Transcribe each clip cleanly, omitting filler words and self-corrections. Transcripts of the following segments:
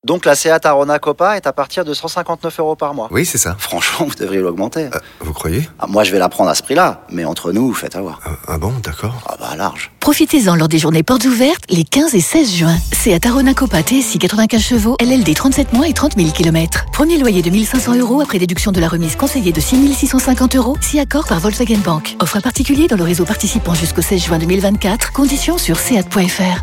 Donc la Seat Arona Copa est à partir de 159 € par mois. Oui, c'est ça. Franchement, vous devriez l'augmenter. Vous croyez ? Moi, je vais la prendre à ce prix-là, mais entre nous, faites avoir. Ah bon, d'accord. Ah bah large. Profitez-en lors des journées portes ouvertes les 15 et 16 juin. Seat Arona Copa TSI 95 chevaux, LLD 37 mois et 30 000 km. Premier loyer de 1 500 € après déduction de la remise conseillée de 6 650 €, si accord par Volkswagen Bank. Offre à particulier dans le réseau participant jusqu'au 16 juin 2024. Conditions sur seat.fr.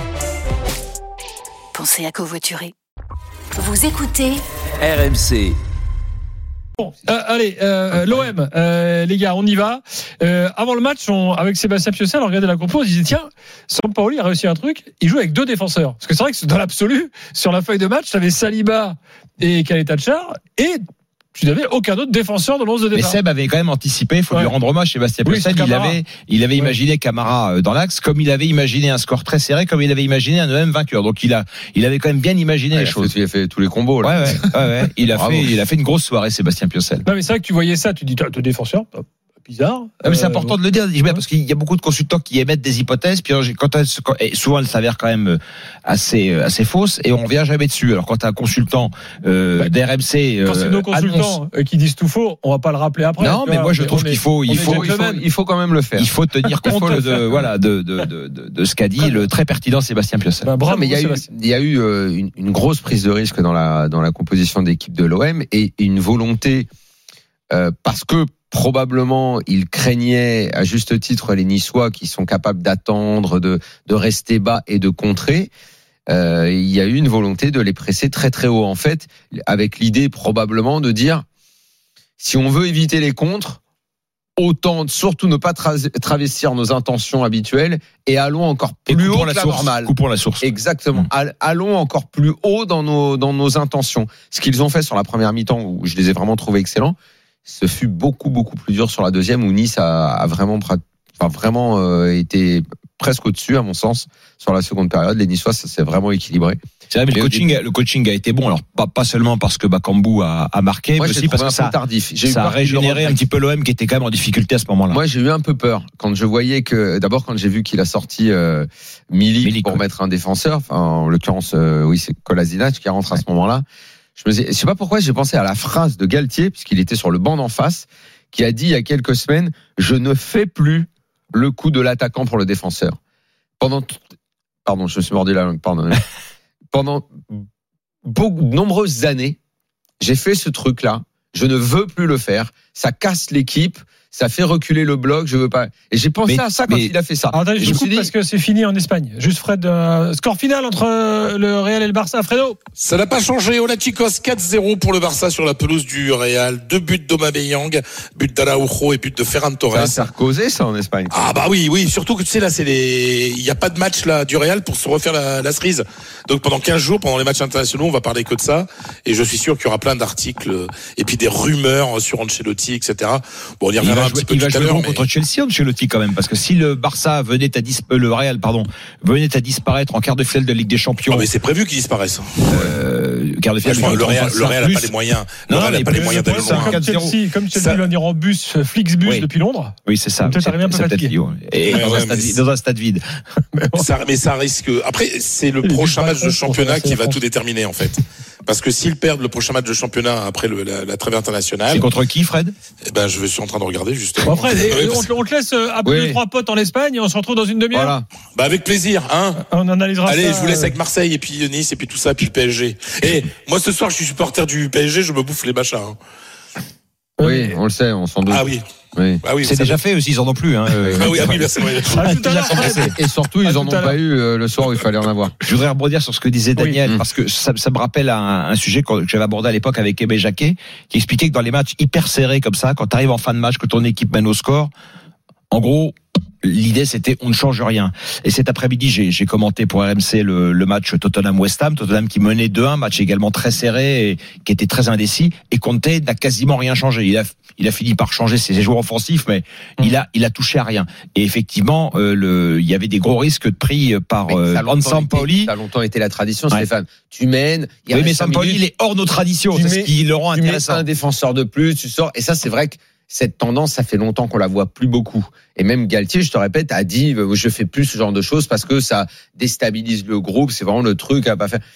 Pensez à covoiturer. Vous écoutez RMC. Bon, allez, l'OM, les gars, on y va. Avant le match, avec Sébastien Piocel, on regardait la compo, on se disait tiens, Sampaoli a réussi un truc, il joue avec 2 défenseurs. Parce que c'est vrai que dans l'absolu, sur la feuille de match, tu avais Saliba et Kaleta-Tchar, et tu n'avais aucun autre défenseur de l'11 de départ. Mais Seb avait quand même anticipé, il faut lui rendre hommage, Sébastien Piocel, il avait imaginé Camara dans l'axe, comme il avait imaginé un score très serré, comme il avait imaginé un EM vainqueur. Donc il avait quand même bien imaginé les choses. Il a fait tous les combos là. Ouais. Il a fait une grosse soirée, Sébastien Piocel. Non mais c'est vrai que tu voyais ça, tu dis deux défenseurs, bizarre. Mais c'est important de le dire, parce qu'il y a beaucoup de consultants qui émettent des hypothèses, puis souvent elles s'avèrent quand même assez fausses, et on revient jamais dessus. Alors quand un consultant d'RMC quand c'est nos consultants qui disent tout faux, on va pas le rappeler après. Non, mais moi je trouve qu'il faut quand même le faire. Il faut tenir compte de ce qu'a dit le très pertinent Sébastien Piocel. Bravo, mais il y a eu une grosse prise de risque dans la composition d'équipe de l'OM, et une volonté parce que probablement, il craignait à juste titre les Niçois qui sont capables d'attendre, de rester bas et de contrer. Il y a eu une volonté de les presser très très haut, en fait, avec l'idée probablement de dire si on veut éviter les contres, autant surtout ne pas travestir nos intentions habituelles et allons encore plus haut que la normale. Coupons la source. Exactement. Allons encore plus haut dans nos intentions. Ce qu'ils ont fait sur la première mi-temps, où je les ai vraiment trouvés excellents, ce fut beaucoup plus dur sur la deuxième, où Nice a vraiment été presque au-dessus, à mon sens, sur la seconde période. Les Niçois, ça s'est vraiment équilibré. C'est vrai, mais le coaching a été bon. Alors pas seulement parce que Bakambu a marqué, mais aussi parce que ça a régénéré un petit peu l'OM qui était quand même en difficulté à ce moment-là. Moi, j'ai eu un peu peur quand je voyais d'abord quand j'ai vu qu'il a sorti Milik pour mettre un défenseur. Enfin, en l'occurrence, c'est Kolasinac qui rentre à ce moment-là. Je sais pas pourquoi j'ai pensé à la phrase de Galtier, puisqu'il était sur le banc d'en face, qui a dit il y a quelques semaines, je ne fais plus le coup de l'attaquant pour le défenseur. Pardon, je me suis mordu la langue, pardon. Pendant de nombreuses années, j'ai fait ce truc-là. Je ne veux plus le faire. Ça casse l'équipe. Ça fait reculer le bloc, je veux pas. Et j'ai pensé à ça quand il a fait ça. Alors, attendez, je coupe parce que c'est fini en Espagne. Juste Fred, score final entre le Real et le Barça, Fredo. Ça n'a pas changé. Olachicos 4-0 pour le Barça sur la pelouse du Real. 2 buts d'Aubameyang, but d'Araujo et but de Ferran Torres. Ça a causé ça en Espagne. Ah bah oui, surtout que tu sais là il y a pas de match là du Real pour se refaire la cerise. Donc pendant 15 jours, pendant les matchs internationaux, on va parler que de ça, et je suis sûr qu'il y aura plein d'articles et puis des rumeurs sur Ancelotti, etc. Bon, on y reviendra un petit peu tout à l'heure. Il va jouer contre Chelsea, Ancelotti quand même, parce que si le Barça venait à disparaître en quart de finale de Ligue des Champions. Oh, mais c'est prévu qu'il disparaisse. Quart de finale. Le Real n'a pas les moyens. Le Real n'a pas les moyens d'aller loin. Comme Chelsea va venir en bus, Flixbus depuis Londres. Oui, c'est ça. Peut-être arriver un peu fatigué. Et dans un stade vide. Mais ça risque. Après, c'est le prochain match de championnat qui va tout déterminer en fait. Parce que s'ils perdent le prochain match de championnat après la trêve internationale. C'est contre qui, Fred? Je suis en train de regarder justement. Bon, Fred, on te laisse appeler 3 potes en Espagne et on se retrouve dans une demi-heure. Voilà. Avec plaisir, hein. On analysera ça. Allez, je vous laisse avec Marseille et puis Nice et puis tout ça, puis le PSG. Et moi ce soir, je suis supporter du PSG, je me bouffe les machins. Hein. Oui, on le sait, on s'en doute. Ah oui. C'est déjà fait aussi, ils en ont plus. Hein. Merci. Et surtout, ils en ont pas eu le soir où il fallait en avoir. Je voudrais rebondir sur ce que disait Daniel, parce que ça me rappelle un sujet que j'avais abordé à l'époque avec Aimé Jacquet, qui expliquait que dans les matchs hyper serrés comme ça, quand tu arrives en fin de match, que ton équipe mène au score, en gros, l'idée c'était on ne change rien. Et cet après-midi, j'ai commenté pour RMC le match Tottenham-West Ham. Tottenham qui menait 2-1, match également très serré et qui était très indécis. Et Conte n'a quasiment rien changé. Il a fini par changer ses joueurs offensifs, mais il a touché à rien. Et effectivement, il y avait des gros risques pris par Sampaoli. Ça a longtemps été la tradition, Stéphane. Tu mènes. Oui, mais Sampaoli, il est hors nos traditions. C'est ce qui le rend intéressant. Tu mets un défenseur de plus, tu sors. Et ça, c'est vrai que cette tendance, ça fait longtemps qu'on la voit plus beaucoup. Et même Galtier, je te répète, a dit je fais plus ce genre de choses parce que ça déstabilise le groupe. C'est vraiment le truc à pas faire.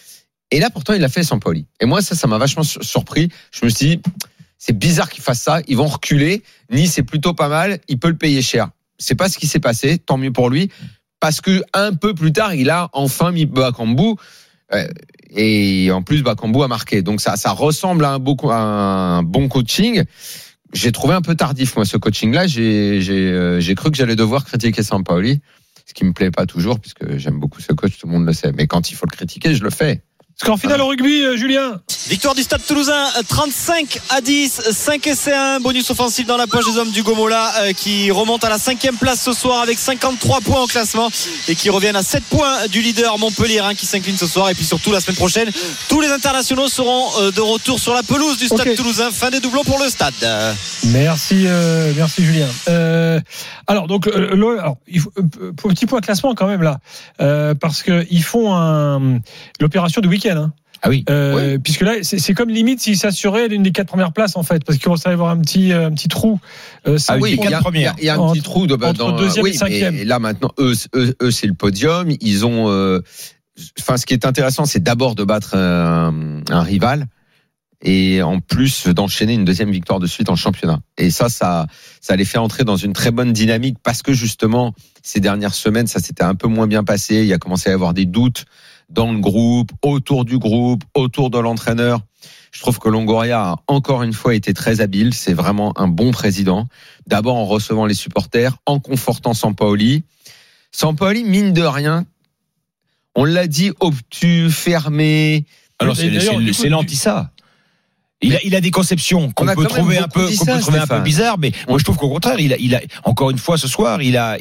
Et là, pourtant, il l'a fait Sampaoli. Et moi, ça m'a vachement surpris. Je me suis dit, c'est bizarre qu'il fasse ça. Ils vont reculer. Nice est plutôt pas mal. Il peut le payer cher. C'est pas ce qui s'est passé. Tant mieux pour lui. Parce que un peu plus tard, il a enfin mis Bakambu. Et en plus, Bakambu a marqué. Donc, ça ressemble à un bon coaching. J'ai trouvé un peu tardif, moi, ce coaching-là. J'ai cru que j'allais devoir critiquer Sampaoli. Ce qui me plaît pas toujours, puisque j'aime beaucoup ce coach, tout le monde le sait. Mais quand il faut le critiquer, je le fais. Score final au rugby, Julien. Victoire du Stade Toulousain, 35-10, 5 essais à 1, bonus offensif dans la poche des hommes du Gomola qui remonte à la 5e place ce soir avec 53 points au classement et qui reviennent à 7 points du leader Montpellier qui s'incline ce soir. Et puis surtout la semaine prochaine, tous les internationaux seront de retour sur la pelouse du Stade Toulousain. Fin des doublons pour le Stade. Merci Julien. Alors donc il faut, petit point classement quand même là, parce que ils font l'opération du week-end. Ah oui. Puisque là, c'est comme limite s'ils s'assuraient l'une des 4 premières places en fait, parce qu'il commence à y avoir un petit trou. Il y a un petit trou entre deuxième et cinquième. Et là maintenant, eux, c'est le podium. Ils ont. Ce qui est intéressant, c'est d'abord de battre un rival. Et en plus d'enchaîner une deuxième victoire de suite en championnat. Et ça les fait entrer dans une très bonne dynamique parce que justement, ces dernières semaines, ça s'était un peu moins bien passé. Il y a commencé à y avoir des doutes dans le groupe, autour de l'entraîneur. Je trouve que Longoria a encore une fois été très habile. C'est vraiment un bon président. D'abord en recevant les supporters, en confortant Sampaoli. Sampaoli, mine de rien, on l'a dit, obtus, fermé. Alors c'est l'anti-ça. Il a des conceptions qu'on peut trouver un peu bizarres, mais moi je trouve qu'au contraire, il a encore une fois ce soir,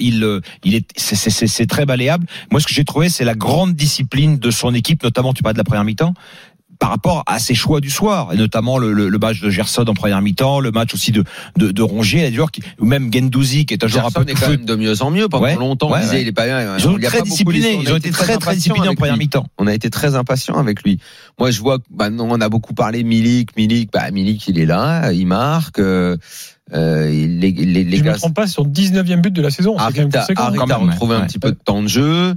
c'est très malléable. Moi ce que j'ai trouvé, c'est la grande discipline de son équipe, notamment tu parles de la première mi-temps, par rapport à ses choix du soir, et notamment le match de Gerson en première mi-temps, le match aussi de Rongier, ou même Gendouzi qui est un joueur un peu quand même de mieux en mieux. Pendant longtemps, on disait il est pas bien. Ils ont été très disciplinés. Ils ont été très disciplinés en première mi-temps. On a été très impatients avec lui. Moi, je vois, on a beaucoup parlé Milik, il est là, il marque. Les je gars, me trompe pas, sur 19e but de la saison. Arrive à retrouver un petit peu de temps de jeu.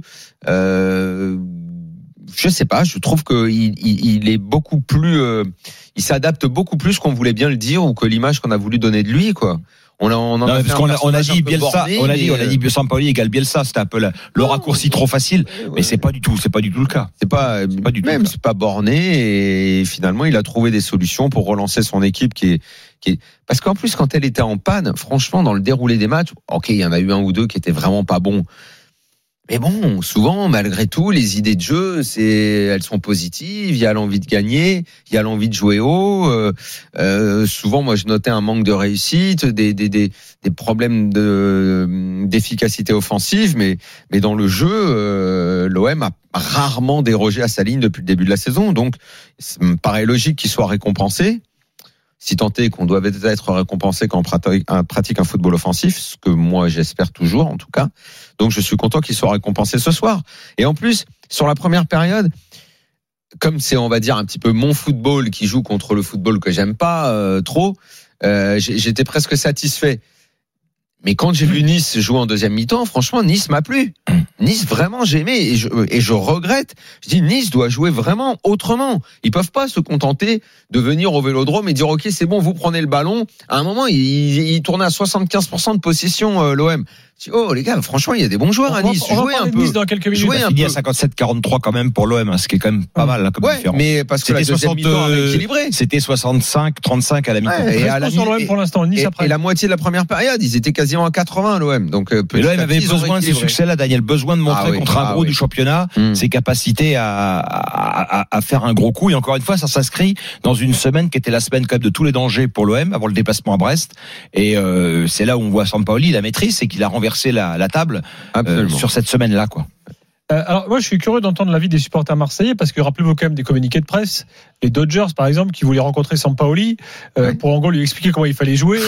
Je sais pas, je trouve qu'il est beaucoup plus, il s'adapte beaucoup plus qu'on voulait bien le dire ou que l'image qu'on a voulu donner de lui, quoi. On a dit Bielsa, on a dit Sampaoli égale Bielsa, c'était un peu le raccourci trop facile, mais c'est pas du tout le cas. C'est pas du tout. Même c'est pas borné et finalement il a trouvé des solutions pour relancer son équipe qui est parce qu'en plus quand elle était en panne, franchement dans le déroulé des matchs, il y en a eu un ou deux qui étaient vraiment pas bons. Mais bon, souvent, malgré tout, les idées de jeu, elles sont positives. Il y a l'envie de gagner, il y a l'envie de jouer haut. Souvent, moi, je notais un manque de réussite, des problèmes d'efficacité offensive, mais dans le jeu, l'OM a rarement dérogé à sa ligne depuis le début de la saison. Donc, ça me paraît logique qu'il soit récompensé. Si tant est qu'on doit être récompensé quand on pratique un football offensif, ce que moi j'espère toujours en tout cas. Donc je suis content qu'il soit récompensé ce soir. Et en plus, sur la première période, comme c'est on va dire un petit peu mon football qui joue contre le football que j'aime pas trop, j'étais presque satisfait. Mais quand j'ai vu Nice jouer en deuxième mi-temps, franchement, Nice m'a plu. Nice, vraiment, j'ai aimé et je regrette. Je dis, Nice doit jouer vraiment autrement. Ils peuvent pas se contenter de venir au Vélodrome et dire, OK, c'est bon, vous prenez le ballon. À un moment, il tournait à 75% de possession, l'OM. Je dis, oh, les gars, franchement, il y a des bons joueurs à Nice. Jouez un peu. Nice dans quelques minutes. Il y a 57-43 quand même pour l'OM, ce qui est quand même pas mal, comme différence. Mais parce que la deuxième mi-temps avait équilibré. C'était 65-35 à la mi-temps. Et à la mi-temps, pour l'instant, Nice après. Et la moitié de la première période, ils étaient quasiment à 80, l'OM. Donc, l'OM avait besoin de ce succès-là, Daniel, besoin de montrer contre un gros du championnat ses capacités à faire un gros coup. Et encore une fois, ça s'inscrit dans une semaine qui était la semaine quand même de tous les dangers pour l'OM avant le déplacement à Brest. Et c'est là où on voit Sampaoli la maîtrise, c'est qu'il a renversé la table sur cette semaine-là, quoi. Alors moi je suis curieux d'entendre l'avis des supporters marseillais parce que rappelez-vous quand même des communiqués de presse, les Dodgers par exemple qui voulaient rencontrer Sampaoli pour en gros lui expliquer comment il fallait jouer.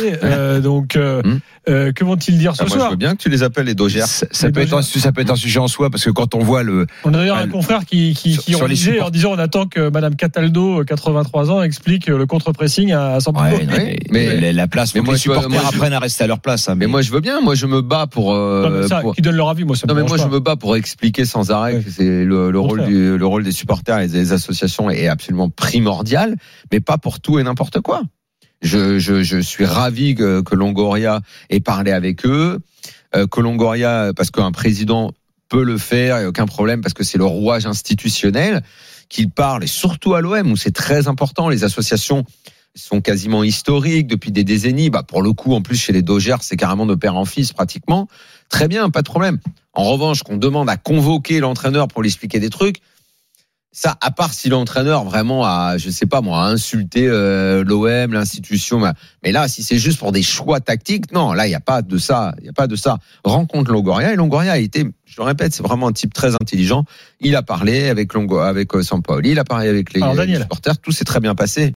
Que vont-ils dire ce soir? Moi je veux bien que tu les appelles les Dodgers. Ça peut être un sujet en soi parce que quand on voit on a d'ailleurs un confrère qui disait en disant on attend que Madame Cataldo 83 ans explique le contre-pressing à Sampaoli. Mais la place, mais les supporters apprennent à rester à leur place. Mais moi je veux bien, moi je me bats pour qui donnent leur avis. Moi ça me je me bats pour expliquer sans arrêt que c'est le rôle des supporters et des associations est absolument primordial, mais pas pour tout et n'importe quoi. Je suis ravi que Longoria ait parlé avec eux, que Longoria, parce qu'un président peut le faire, il n'y a aucun problème, parce que c'est le rouage institutionnel, qu'il parle, et surtout à l'OM, où c'est très important, les associations sont quasiment historiques depuis des décennies. Pour le coup, en plus, chez les Dodgers, c'est carrément de père en fils, pratiquement. Très bien, pas de problème. En revanche, qu'on demande à convoquer l'entraîneur pour lui expliquer des trucs, ça, à part si l'entraîneur vraiment a, je sais pas moi, a insulté l'OM, l'institution, mais là, si c'est juste pour des choix tactiques, non, là, il y a pas de ça, Rencontre Longoria, et Longoria a été, je le répète, c'est vraiment un type très intelligent. Il a parlé avec Sampaoli, il a parlé avec les supporters, tout s'est très bien passé.